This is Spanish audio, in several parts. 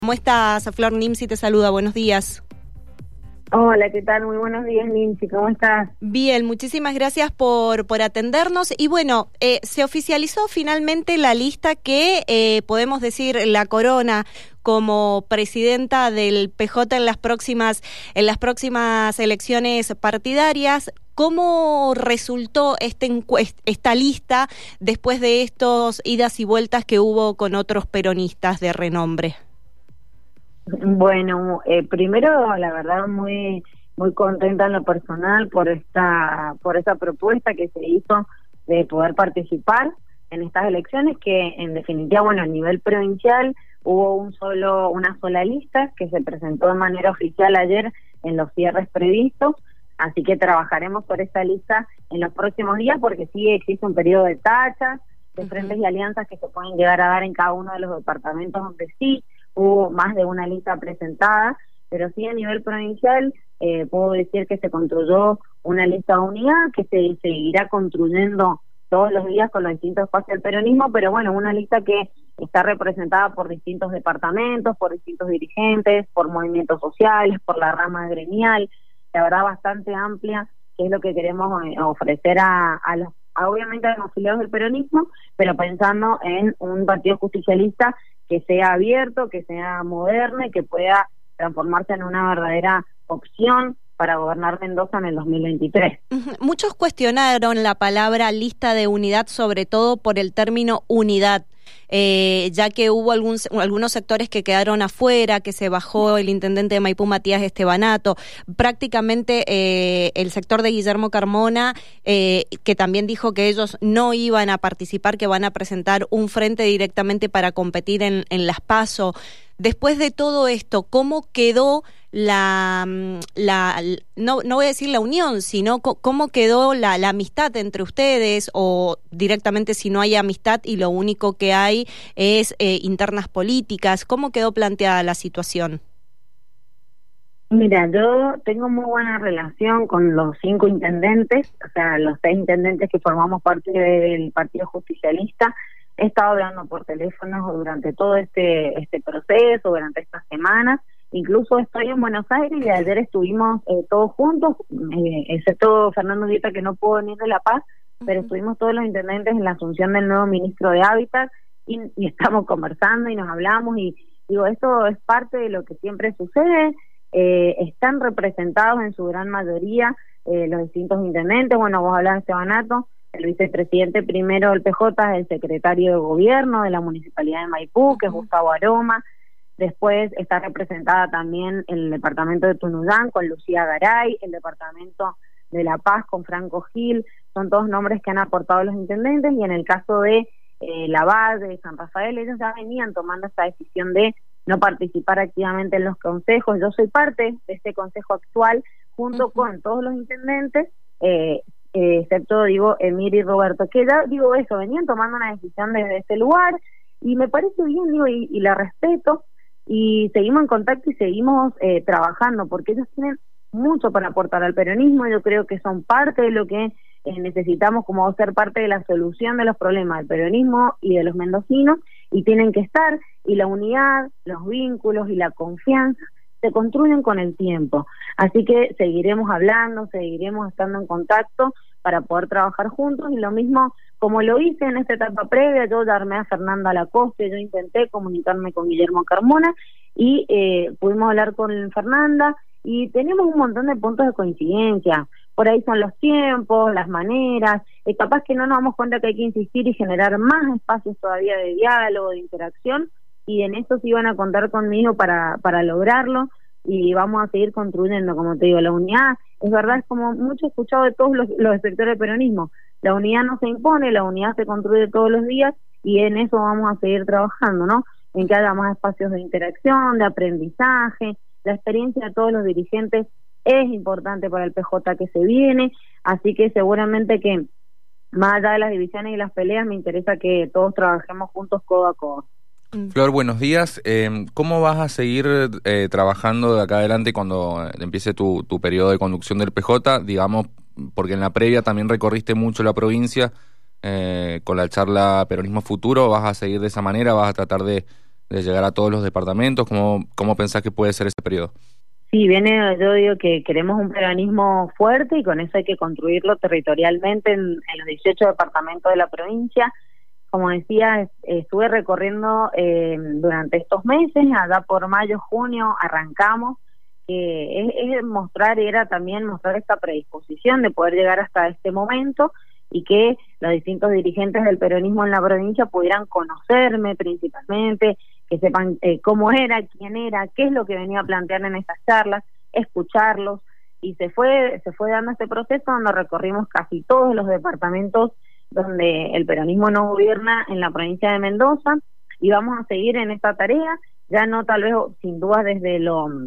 ¿Cómo estás? Flor Nimsi te saluda, buenos días. Hola, ¿qué tal? Muy buenos días, Nimsi, ¿cómo estás? Bien, muchísimas gracias por atendernos. Y bueno, se oficializó finalmente la lista que podemos decir la corona como presidenta del PJ en las próximas elecciones partidarias. ¿Cómo resultó esta lista después de estos idas y vueltas que hubo con otros peronistas de renombre? Bueno, primero, la verdad, muy contenta en lo personal por esta propuesta que se hizo de poder participar en estas elecciones, que en definitiva, bueno, a nivel provincial hubo una sola lista que se presentó de manera oficial ayer en los cierres previstos, así que trabajaremos por esta lista en los próximos días, porque sí existe un periodo de tachas, de frentes y alianzas que se pueden llegar a dar en cada uno de los departamentos donde sí hubo más de una lista presentada, pero sí a nivel provincial puedo decir que se construyó una lista de unidad que se seguirá construyendo todos los días con los distintos espacios del peronismo, pero bueno, una lista que está representada por distintos departamentos, por distintos dirigentes, por movimientos sociales, por la rama gremial, la verdad bastante amplia, que es lo que queremos ofrecer obviamente a los afiliados del peronismo, pero pensando en un partido justicialista que sea abierto, que sea moderno y que pueda transformarse en una verdadera opción para gobernar Mendoza en el 2023. Muchos cuestionaron la palabra lista de unidad, sobre todo por el término unidad, ya que hubo algunos sectores que quedaron afuera, que se bajó el intendente de Maipú, Matías Estebanato, prácticamente el sector de Guillermo Carmona, que también dijo que ellos no iban a participar, que van a presentar un frente directamente para competir en las PASO. Después de todo esto, ¿cómo quedó no voy a decir la unión, sino cómo quedó la amistad entre ustedes, o directamente si no hay amistad y lo único que hay es internas políticas? ¿Cómo quedó planteada la situación? Mira, yo tengo muy buena relación con los 5 intendentes, o sea, los 6 intendentes que formamos parte del Partido Justicialista. He estado hablando por teléfono durante todo este proceso, durante estas semanas. Incluso estoy en Buenos Aires y ayer estuvimos todos juntos, excepto Fernando Dieta, que no pudo venir de La Paz, pero estuvimos todos los intendentes en la asunción del nuevo ministro de Hábitat y estamos conversando y nos hablamos, y digo, esto es parte de lo que siempre sucede. Están representados en su gran mayoría los distintos intendentes. Bueno, vos hablás de Estebanato, el vicepresidente primero del PJ es el secretario de gobierno de la municipalidad de Maipú, que es Gustavo Aroma. Después está representada también el departamento de Tunuyán con Lucía Garay, el departamento de La Paz con Franco Gil. Son todos nombres que han aportado los intendentes, y en el caso de La Valle, de San Rafael, ellos ya venían tomando esta decisión de no participar activamente en los consejos. Yo soy parte de este consejo actual junto con todos los intendentes, excepto, Emir y Roberto, que ya, venían tomando una decisión desde este lugar, y me parece bien, y la respeto, y seguimos en contacto y seguimos trabajando, porque ellos tienen mucho para aportar al peronismo. Yo creo que son parte de lo que necesitamos como ser parte de la solución de los problemas del peronismo y de los mendocinos, y tienen que estar, y la unidad, los vínculos y la confianza se construyen con el tiempo. Así que seguiremos hablando, seguiremos estando en contacto para poder trabajar juntos, y lo mismo como lo hice en esta etapa previa. Yo llamé a Fernanda Lacoste, yo intenté comunicarme con Guillermo Carmona y pudimos hablar con Fernanda, y tenemos un montón de puntos de coincidencia. Por ahí son los tiempos, las maneras, capaz que no nos damos cuenta que hay que insistir y generar más espacios todavía de diálogo, de interacción, y en eso sí van a contar conmigo para lograrlo, y vamos a seguir construyendo, como te digo, la unidad. Es verdad, es como mucho escuchado de todos los sectores del peronismo, la unidad no se impone, la unidad se construye todos los días, y en eso vamos a seguir trabajando, ¿no? En que haya más espacios de interacción, de aprendizaje. La experiencia de todos los dirigentes es importante para el PJ que se viene, así que seguramente que más allá de las divisiones y las peleas, me interesa que todos trabajemos juntos codo a codo. Flor, buenos días. ¿Cómo vas a seguir trabajando de acá adelante cuando empiece tu periodo de conducción del PJ? Digamos, porque en la previa también recorriste mucho la provincia con la charla Peronismo Futuro. ¿Vas a seguir de esa manera? ¿Vas a tratar de de llegar a todos los departamentos? ¿Cómo pensás que puede ser ese periodo? Sí, yo digo que queremos un peronismo fuerte y con eso hay que construirlo territorialmente en los 18 departamentos de la provincia. Como decía, estuve recorriendo durante estos meses, allá por mayo, junio, arrancamos, era también mostrar esta predisposición de poder llegar hasta este momento y que los distintos dirigentes del peronismo en la provincia pudieran conocerme principalmente, que sepan cómo era, quién era, qué es lo que venía a plantear en esas charlas, escucharlos, y se fue dando este proceso donde recorrimos casi todos los departamentos donde el peronismo no gobierna en la provincia de Mendoza, y vamos a seguir en esta tarea, ya no tal vez sin duda desde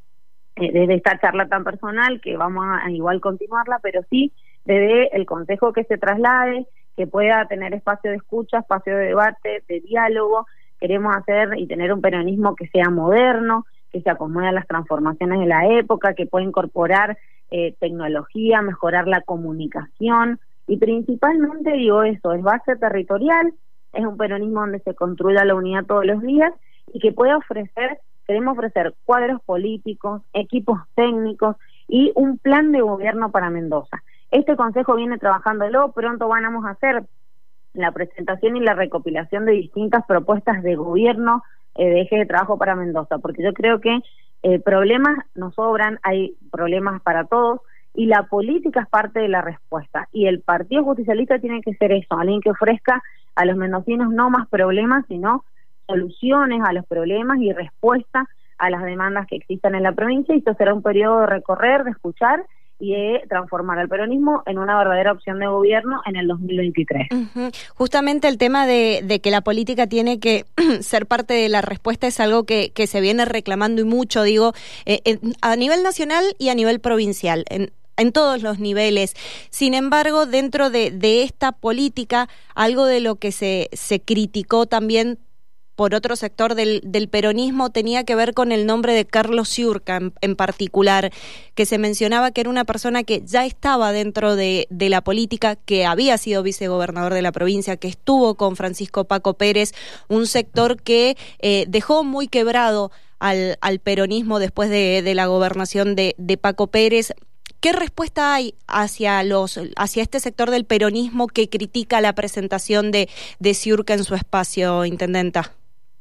esta charla tan personal, que vamos a igual continuarla, pero sí desde el consejo que se traslade, que pueda tener espacio de escucha, espacio de debate, de diálogo. Queremos hacer y tener un peronismo que sea moderno, que se acomode a las transformaciones de la época, que pueda incorporar tecnología, mejorar la comunicación, y principalmente digo eso, es base territorial, es un peronismo donde se construya la unidad todos los días y que pueda queremos ofrecer cuadros políticos, equipos técnicos y un plan de gobierno para Mendoza. Este consejo viene trabajándolo, pronto vamos a hacer la presentación y la recopilación de distintas propuestas de gobierno de eje de trabajo para Mendoza, porque yo creo que problemas nos sobran, hay problemas para todos, y la política es parte de la respuesta, y el Partido Justicialista tiene que ser eso, alguien que ofrezca a los mendocinos no más problemas, sino soluciones a los problemas y respuesta a las demandas que existan en la provincia, y esto será un periodo de recorrer, de escuchar y de transformar al peronismo en una verdadera opción de gobierno en el 2023. Justamente el tema de que la política tiene que ser parte de la respuesta es algo que se viene reclamando y mucho, digo, a nivel nacional y a nivel provincial, en todos los niveles. Sin embargo, dentro de esta política, algo de lo que se criticó también por otro sector del peronismo tenía que ver con el nombre de Carlos Ciurca en particular, que se mencionaba que era una persona que ya estaba dentro de la política, que había sido vicegobernador de la provincia, que estuvo con Francisco Paco Pérez, un sector que dejó muy quebrado al peronismo después de la gobernación de Paco Pérez. ¿Qué respuesta hay hacia este sector del peronismo que critica la presentación de Ciurca en su espacio, intendenta?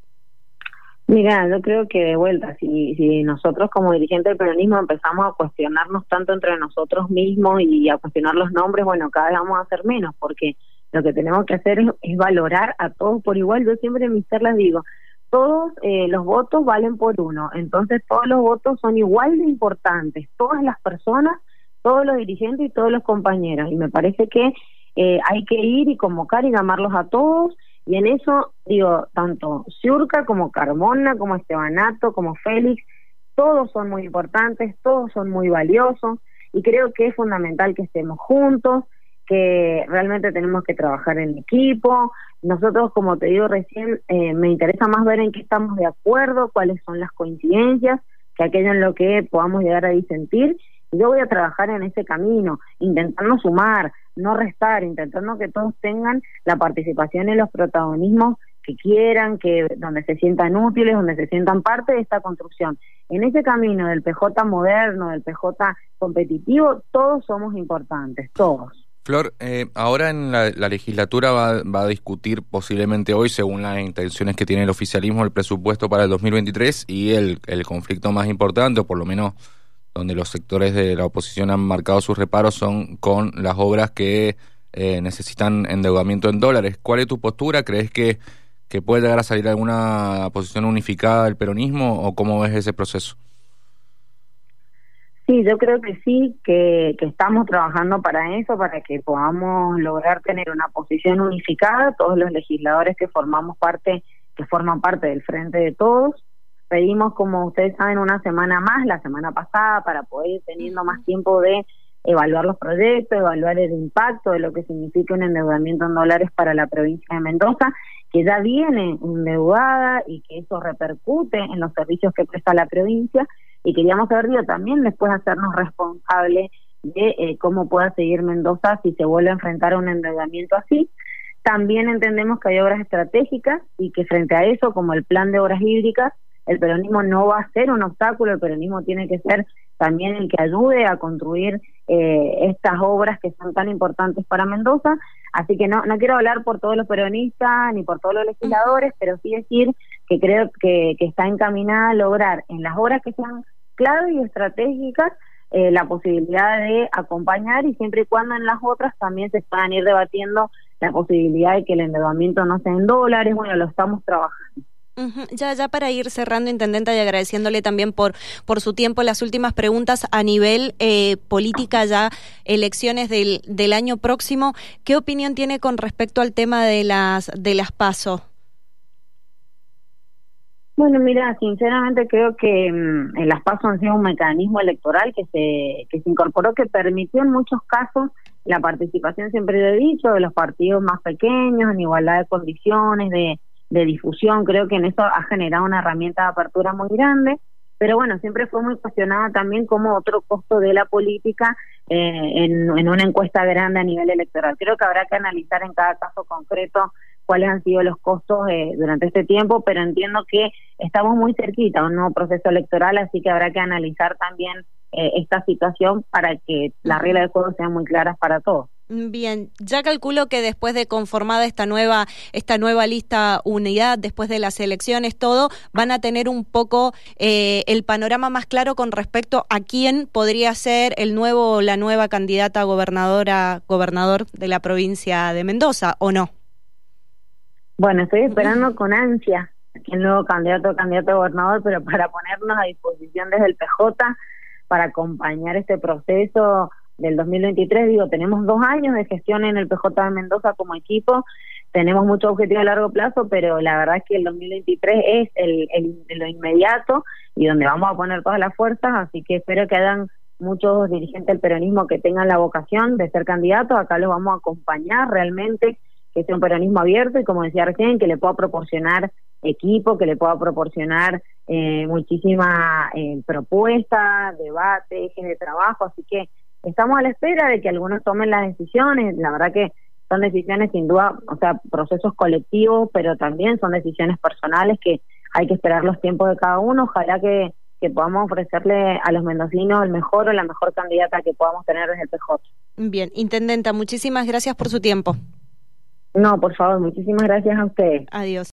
Mira, yo creo que de vuelta, si nosotros como dirigentes del peronismo empezamos a cuestionarnos tanto entre nosotros mismos y a cuestionar los nombres, bueno, cada vez vamos a hacer menos, porque lo que tenemos que hacer es valorar a todos por igual. Yo siempre en mis charlas digo, todos los votos valen por uno, entonces todos los votos son igual de importantes, todas las personas, todos los dirigentes y todos los compañeros, y me parece que hay que ir y convocar y llamarlos a todos. Y en eso, digo, tanto Ciurca como Carmona, como Estebanato, como Félix, todos son muy importantes, todos son muy valiosos, y creo que es fundamental que estemos juntos, que realmente tenemos que trabajar en equipo. Nosotros, como te digo recién, me interesa más ver en qué estamos de acuerdo, cuáles son las coincidencias, que aquello en lo que podamos llegar a disentir, y yo voy a trabajar en ese camino, intentando sumar, no restar, intentando que todos tengan la participación en los protagonismos que quieran, donde se sientan útiles, donde se sientan parte de esta construcción. En ese camino del PJ moderno, del PJ competitivo, todos somos importantes, todos. Flor, ahora en la legislatura va a discutir posiblemente hoy, según las intenciones que tiene el oficialismo, el presupuesto para el 2023 y el conflicto más importante, o por lo menos donde los sectores de la oposición han marcado sus reparos, son con las obras que necesitan endeudamiento en dólares. ¿Cuál es tu postura? ¿Crees que puede llegar a salir alguna posición unificada del peronismo o cómo ves ese proceso? Sí, yo creo que sí, que estamos trabajando para eso, para que podamos lograr tener una posición unificada, todos los legisladores que forman parte del Frente de Todos. Pedimos, como ustedes saben, una semana más, la semana pasada, para poder ir teniendo más tiempo de evaluar los proyectos, evaluar el impacto de lo que significa un endeudamiento en dólares para la provincia de Mendoza, que ya viene endeudada y que eso repercute en los servicios que presta la provincia, y queríamos saber, también después hacernos responsables de cómo pueda seguir Mendoza si se vuelve a enfrentar a un endeudamiento así. También entendemos que hay obras estratégicas y que frente a eso, como el plan de obras hídricas, el peronismo no va a ser un obstáculo, el peronismo tiene que ser también el que ayude a construir estas obras que son tan importantes para Mendoza. Así que no quiero hablar por todos los peronistas ni por todos los legisladores, pero sí decir que creo que está encaminada a lograr en las obras que sean claves y estratégicas la posibilidad de acompañar, y siempre y cuando en las otras también se puedan ir debatiendo la posibilidad de que el endeudamiento no sea en dólares. Bueno, lo estamos trabajando. Ya para ir cerrando, intendenta, y agradeciéndole también por su tiempo, las últimas preguntas a nivel política, ya elecciones del año próximo, ¿qué opinión tiene con respecto al tema de las PASO? Bueno, mira, sinceramente creo que en las PASO han sido un mecanismo electoral que se incorporó, que permitió en muchos casos la participación, siempre lo he dicho, de los partidos más pequeños, en igualdad de condiciones, de difusión. Creo que en eso ha generado una herramienta de apertura muy grande, pero bueno, siempre fue muy cuestionada también como otro costo de la política en una encuesta grande a nivel electoral. Creo que habrá que analizar en cada caso concreto cuáles han sido los costos durante este tiempo, pero entiendo que estamos muy cerquita a un nuevo proceso electoral, así que habrá que analizar también esta situación para que las reglas del juego sean muy claras para todos. Bien, ya calculo que después de conformada esta nueva lista unidad, después de las elecciones, todo, van a tener un poco el panorama más claro con respecto a quién podría ser la nueva candidata a gobernador de la provincia de Mendoza, ¿o no? Bueno, estoy esperando con ansia el nuevo candidato a gobernador, pero para ponernos a disposición desde el PJ, para acompañar este proceso del 2023, tenemos 2 años de gestión en el PJ de Mendoza como equipo, tenemos muchos objetivos a largo plazo, pero la verdad es que el 2023 es lo inmediato y donde vamos a poner todas las fuerzas, así que espero que hayan muchos dirigentes del peronismo que tengan la vocación de ser candidatos. Acá los vamos a acompañar realmente, que sea un peronismo abierto y, como decía recién, que le pueda proporcionar equipo, que le pueda proporcionar muchísima propuesta, debate, ejes de trabajo, así que estamos a la espera de que algunos tomen las decisiones. La verdad que son decisiones sin duda, o sea, procesos colectivos, pero también son decisiones personales que hay que esperar los tiempos de cada uno. Ojalá que podamos ofrecerle a los mendocinos el mejor o la mejor candidata que podamos tener desde el PJ. Bien, intendenta, muchísimas gracias por su tiempo. No, por favor, muchísimas gracias a ustedes. Adiós.